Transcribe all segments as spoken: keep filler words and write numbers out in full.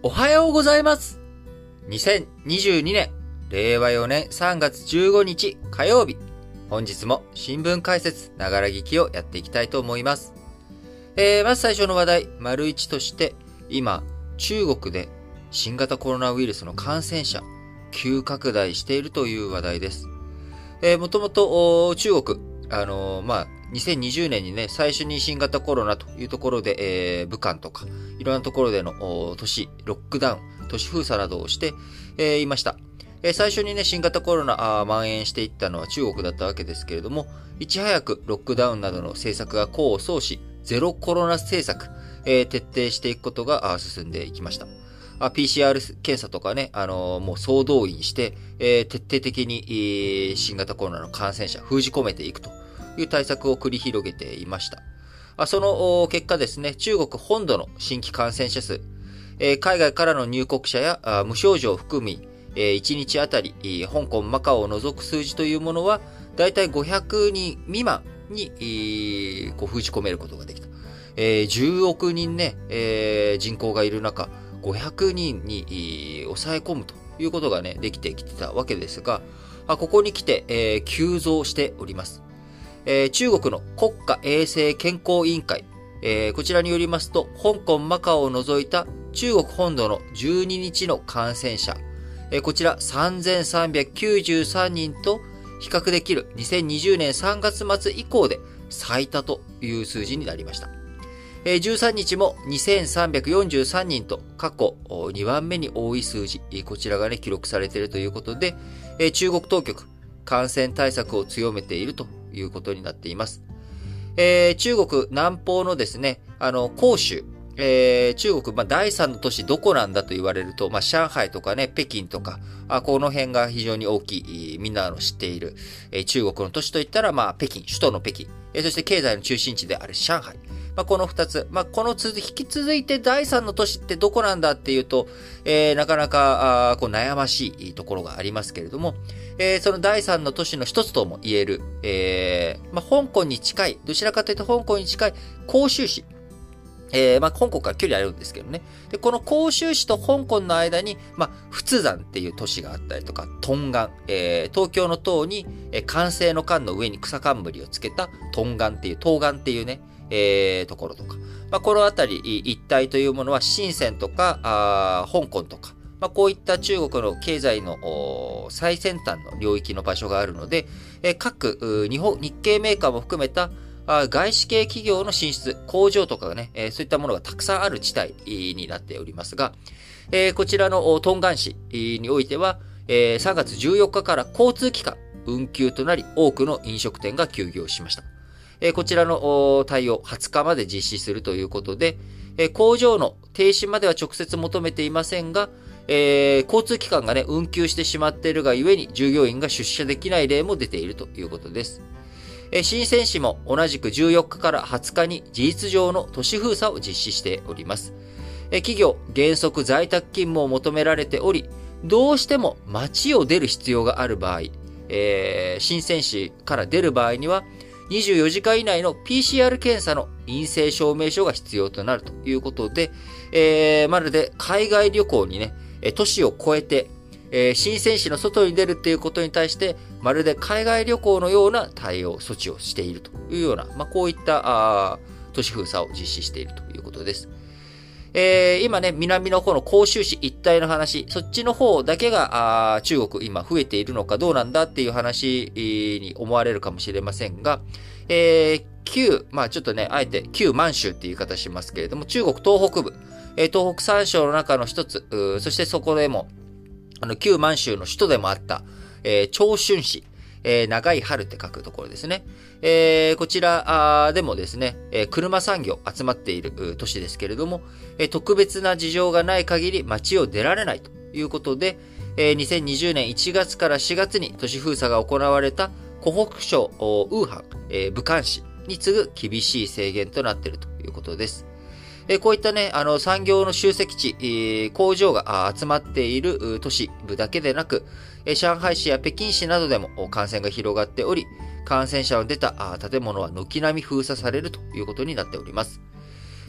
おはようございます。にせんにじゅうにねん、れいわよねんさんがつじゅうごにち火曜日。本日も新聞解説、ながら聞きをやっていきたいと思います。えー、まず最初の話題、丸一として、今、中国で新型コロナウイルスの感染者、急拡大しているという話題です。えー、もともと中国、あのー、まあ、にせんにじゅうねんにね、最初に新型コロナというところで、えー、武漢とか、いろんなところでの都市、ロックダウン、都市封鎖などをして、えー、いました。えー、最初にね、新型コロナあ蔓延していったのは中国だったわけですけれども、いち早くロックダウンなどの政策が功を奏し、ゼロコロナ政策、えー、徹底していくことが進んでいきました。ピーシーアール 検査とかね、あのー、もう総動員して、えー、徹底的に、えー、新型コロナの感染者封じ込めていくという対策を繰り広げていました。あその結果ですね、中国本土の新規感染者数、えー、海外からの入国者やあ無症状を含み、えー、いちにちあたり、香港、マカオを除く数字というものは、だいたいごひゃくにん未満に、えー、こう封じ込めることができた。えー、じゅうおくにんね、えー、人口がいる中、ごひゃくにんに抑え込むということがね、できてきてたわけですが、ここに来て、えー、急増しております。えー、中国の国家衛生健康委員会、えー、こちらによりますと、香港、マカオを除いた中国本土のじゅうににちの感染者、えー、こちらさんぜんさんびゃくきゅうじゅうさんにんと比較できるにせんにじゅうねんさんがつまつ以降で最多という数字になりました。じゅうさんにちもにせんさんびゃくよんじゅうさんにんと過去にばんめに多い数字、こちらがね、記録されているということで、中国当局、感染対策を強めているということになっています。えー、中国南方のですね、あの、広州、えー、中国、まあ、だいさんの都市どこなんだと言われると、まあ、上海とかね、北京とか、あこの辺が非常に大きい、みんなの知っている、えー、中国の都市といったら、まあ、北京、首都の北京、えー、そして経済の中心地である上海。まあ、この二つ。まあ、この続き、引き続いてだいさんの都市ってどこなんだっていうと、えー、なかなか、あこう悩ましいところがありますけれども、えー、そのだいさんの都市の一つとも言える、えー、まあ、香港に近い、どちらかというと香港に近い広州市。えー、まあ、香港から距離あるんですけどね。で、この広州市と香港の間に、まあ、仏山っていう都市があったりとか、東岸、えー、東京の東に、えー、寛政の寛の上に草冠をつけた東岸っていう、東岸っていうね、えー、ところとか。まあ、このあたり一帯というものは深センとか、あ香港とか、まあ、こういった中国の経済の最先端の領域の場所があるので、えー、各日本、日系メーカーも含めたあ外資系企業の進出、工場とかがね、えー、そういったものがたくさんある地帯になっておりますが、えー、こちらの東岸市においては、えー、さんがつじゅうよっかから交通機関運休となり、多くの飲食店が休業しました。こちらの対応はつかまで実施するということで、工場の停止までは直接求めていませんが、えー、交通機関がね、運休してしまっているがゆえに従業員が出社できない例も出ているということです。深セン市も同じくじゅうよっかからはつかに事実上の都市封鎖を実施しております。企業、原則在宅勤務を求められており、どうしても街を出る必要がある場合、えー、深セン市から出る場合には、にじゅうよじかん以内の ピーシーアール 検査の陰性証明書が必要となるということで、えー、まるで海外旅行にね、都市を越えて、えー、深セン市の外に出るっていうことに対して、まるで海外旅行のような対応、措置をしているというような、まあ、こういったあ都市封鎖を実施しているということです。えー、今ね、南の方の広州市一帯の話、そっちの方だけが、あ中国今増えているのかどうなんだっていう話に思われるかもしれませんが、えー、旧、まあちょっとね、あえて旧満州っていう言い方しますけれども、中国東北部、えー、東北三省の中の一つ、そしてそこでも、あの、旧満州の首都でもあった、えー、長春市、えー、長い春って書くところですね。えー、こちらでもですね、えー、車産業集まっている都市ですけれども、えー、特別な事情がない限り街を出られないということで、えー、にせんにじゅうねんいちがつからしがつに都市封鎖が行われた湖北省ウーハン、えー、武漢市に次ぐ厳しい制限となっているということです。えー、こういったね、あの産業の集積地、えー、工場が集まっている都市部だけでなく、えー、上海市や北京市などでも感染が広がっており、感染者の出た建物は軒並み封鎖されるということになっております。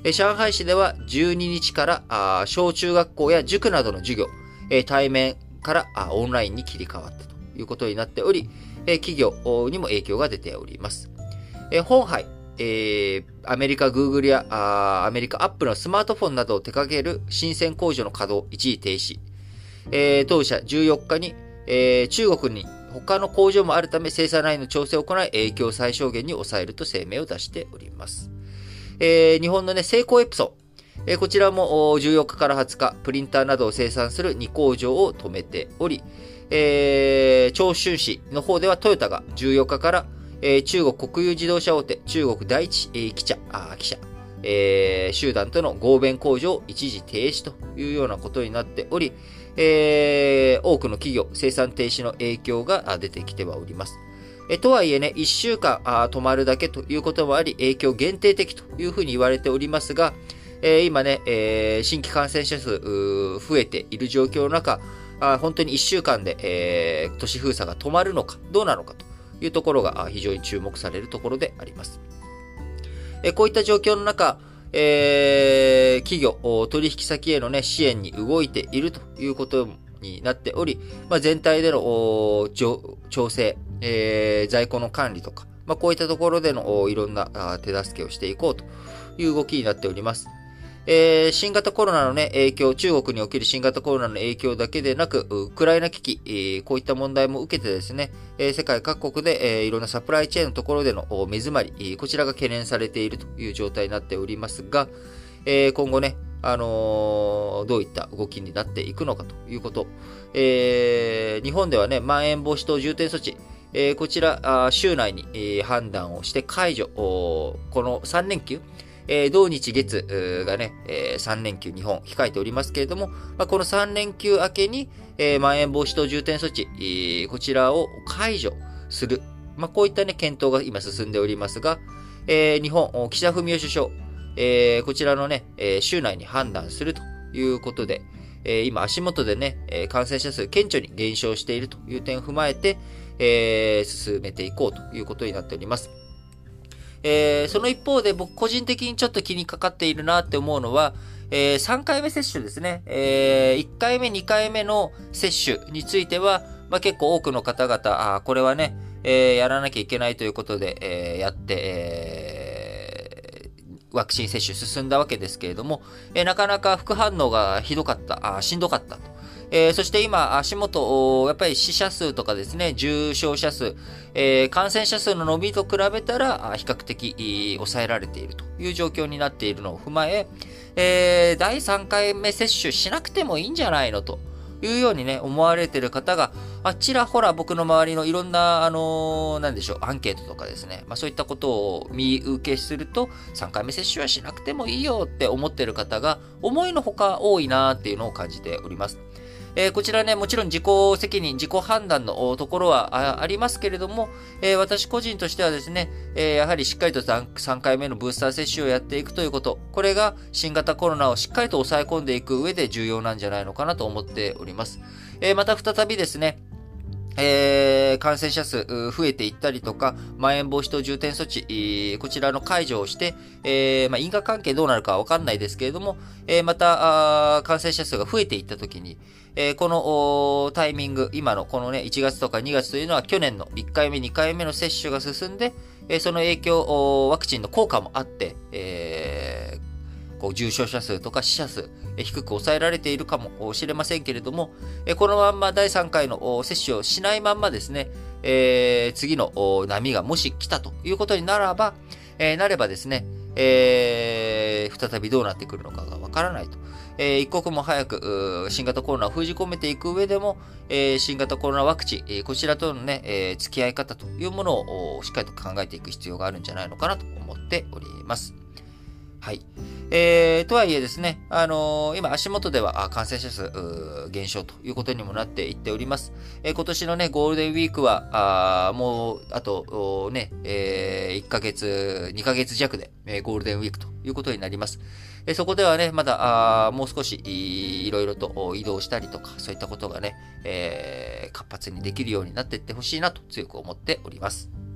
え上海市ではじゅうににちからあ小中学校や塾などの授業、え対面からあオンラインに切り替わったということになっており、え企業にも影響が出ております。え本杯、えー、アメリカ Google やあアメリカ Apple のスマートフォンなどを手掛ける深セン工場の稼働一時停止。えー、当社じゅうよっかに、えー、中国に他の工場もあるため生産ラインの調整を行い影響を最小限に抑えると声明を出しております。えー、日本のね、セイコーエプソン、えー、こちらもじゅうよっかからはつか、プリンターなどを生産するに工場を止めており、えー、長春市の方ではトヨタがじゅうよっかから、えー、中国国有自動車大手、中国第一、えー、汽車、あ汽車、えー、集団との合弁工場を一時停止というようなことになっており、えー、多くの企業、生産停止の影響が出てきてはおります。えとはいえね、いっしゅうかんあ止まるだけということもあり、影響限定的というふうに言われておりますが、えー、今ね、えー、新規感染者数増えている状況の中、あ本当にいっしゅうかんで、えー、都市封鎖が止まるのか、どうなのかというところが非常に注目されるところであります。えー、こういった状況の中、えー、企業、取引先への、ね、支援に動いているということになっており、まあ、全体での調整、えー、在庫の管理とか、まあ、こういったところでのいろんな手助けをしていこうという動きになっております。えー、新型コロナの、ね、影響、中国における新型コロナの影響だけでなく、ウクライナ危機、えー、こういった問題も受けてですね、えー、世界各国で、えー、いろんなサプライチェーンのところでの目詰まり、こちらが懸念されているという状態になっておりますが、えー、今後ね、あのー、どういった動きになっていくのかということ。えー、日本ではね、まん延防止等重点措置、えー、こちら、週内に、えー、判断をして解除、このさん連休、えー、同日月がね、えー、さん連休日本控えておりますけれども、まあ、このさん連休明けに、えー、まん延防止等重点措置、えー、こちらを解除する。まあ、こういったね、検討が今進んでおりますが、えー、日本、岸田文雄首相、えー、こちらのね、えー、週内に判断するということで、えー、今足元でね、えー、感染者数顕著に減少しているという点を踏まえて、えー、進めていこうということになっております。えー、その一方で僕個人的にちょっと気にかかっているなって思うのは、えー、さんかいめ接種ですね。えー、いっかいめ、にかいめの接種については、まあ、結構多くの方々、あこれはね、えー、やらなきゃいけないということで、えー、やって、えー、ワクチン接種進んだわけですけれども、えー、なかなか副反応がひどかった、あしんどかったと。えー、そして今、足元、やっぱり死者数とかですね、重症者数、えー、感染者数の伸びと比べたら、比較的抑えられているという状況になっているのを踏まえ、えー、だいさんかいめ接種しなくてもいいんじゃないのというようにね、思われている方が、あちらほら僕の周りのいろんな、あのー、なんでしょう、アンケートとかですね、まあそういったことを見受けすると、さんかいめ接種はしなくてもいいよって思っている方が、思いのほか多いなっていうのを感じております。えー、こちらね、もちろん自己責任、自己判断のところは あ, ありますけれども、えー、私個人としてはですね、えー、やはりしっかりと 3, さんかいめのブースター接種をやっていくということ、これが新型コロナをしっかりと抑え込んでいく上で重要なんじゃないのかなと思っております。えー、また再びですね、えー、感染者数増えていったりとか、まん延防止等重点措置、こちらの解除をして、えーまあ、因果関係どうなるかはわかんないですけれども、えー、また感染者数が増えていったときに、えー、このタイミング、今のこのね、いちがつとかにがつというのは去年のいっかいめ、にかいめの接種が進んで、えー、その影響、ワクチンの効果もあって、えー、こう重症者数とか死者数、えー、低く抑えられているかもしれませんけれども、えー、このまんまだいさんかいの接種をしないまんまですね、えー、次の波がもし来たということにならば、えー、なればですね、えー、再びどうなってくるのかがわからないと。えー、一刻も早く新型コロナを封じ込めていく上でも、えー、新型コロナワクチン、えー、こちらとのね、えー、付き合い方というものをしっかりと考えていく必要があるんじゃないのかなと思っております。はい。えー、とはいえですね、あのー、今足元では感染者数減少ということにもなっていっております。えー、今年のね、ゴールデンウィークは、あもう、あと、ね、えー、いっかげつ、にかげつ弱で、えー、ゴールデンウィークということになります。えー、そこではね、まだ、あもう少しい、いろいろと移動したりとか、そういったことがね、えー、活発にできるようになっていってほしいなと強く思っております。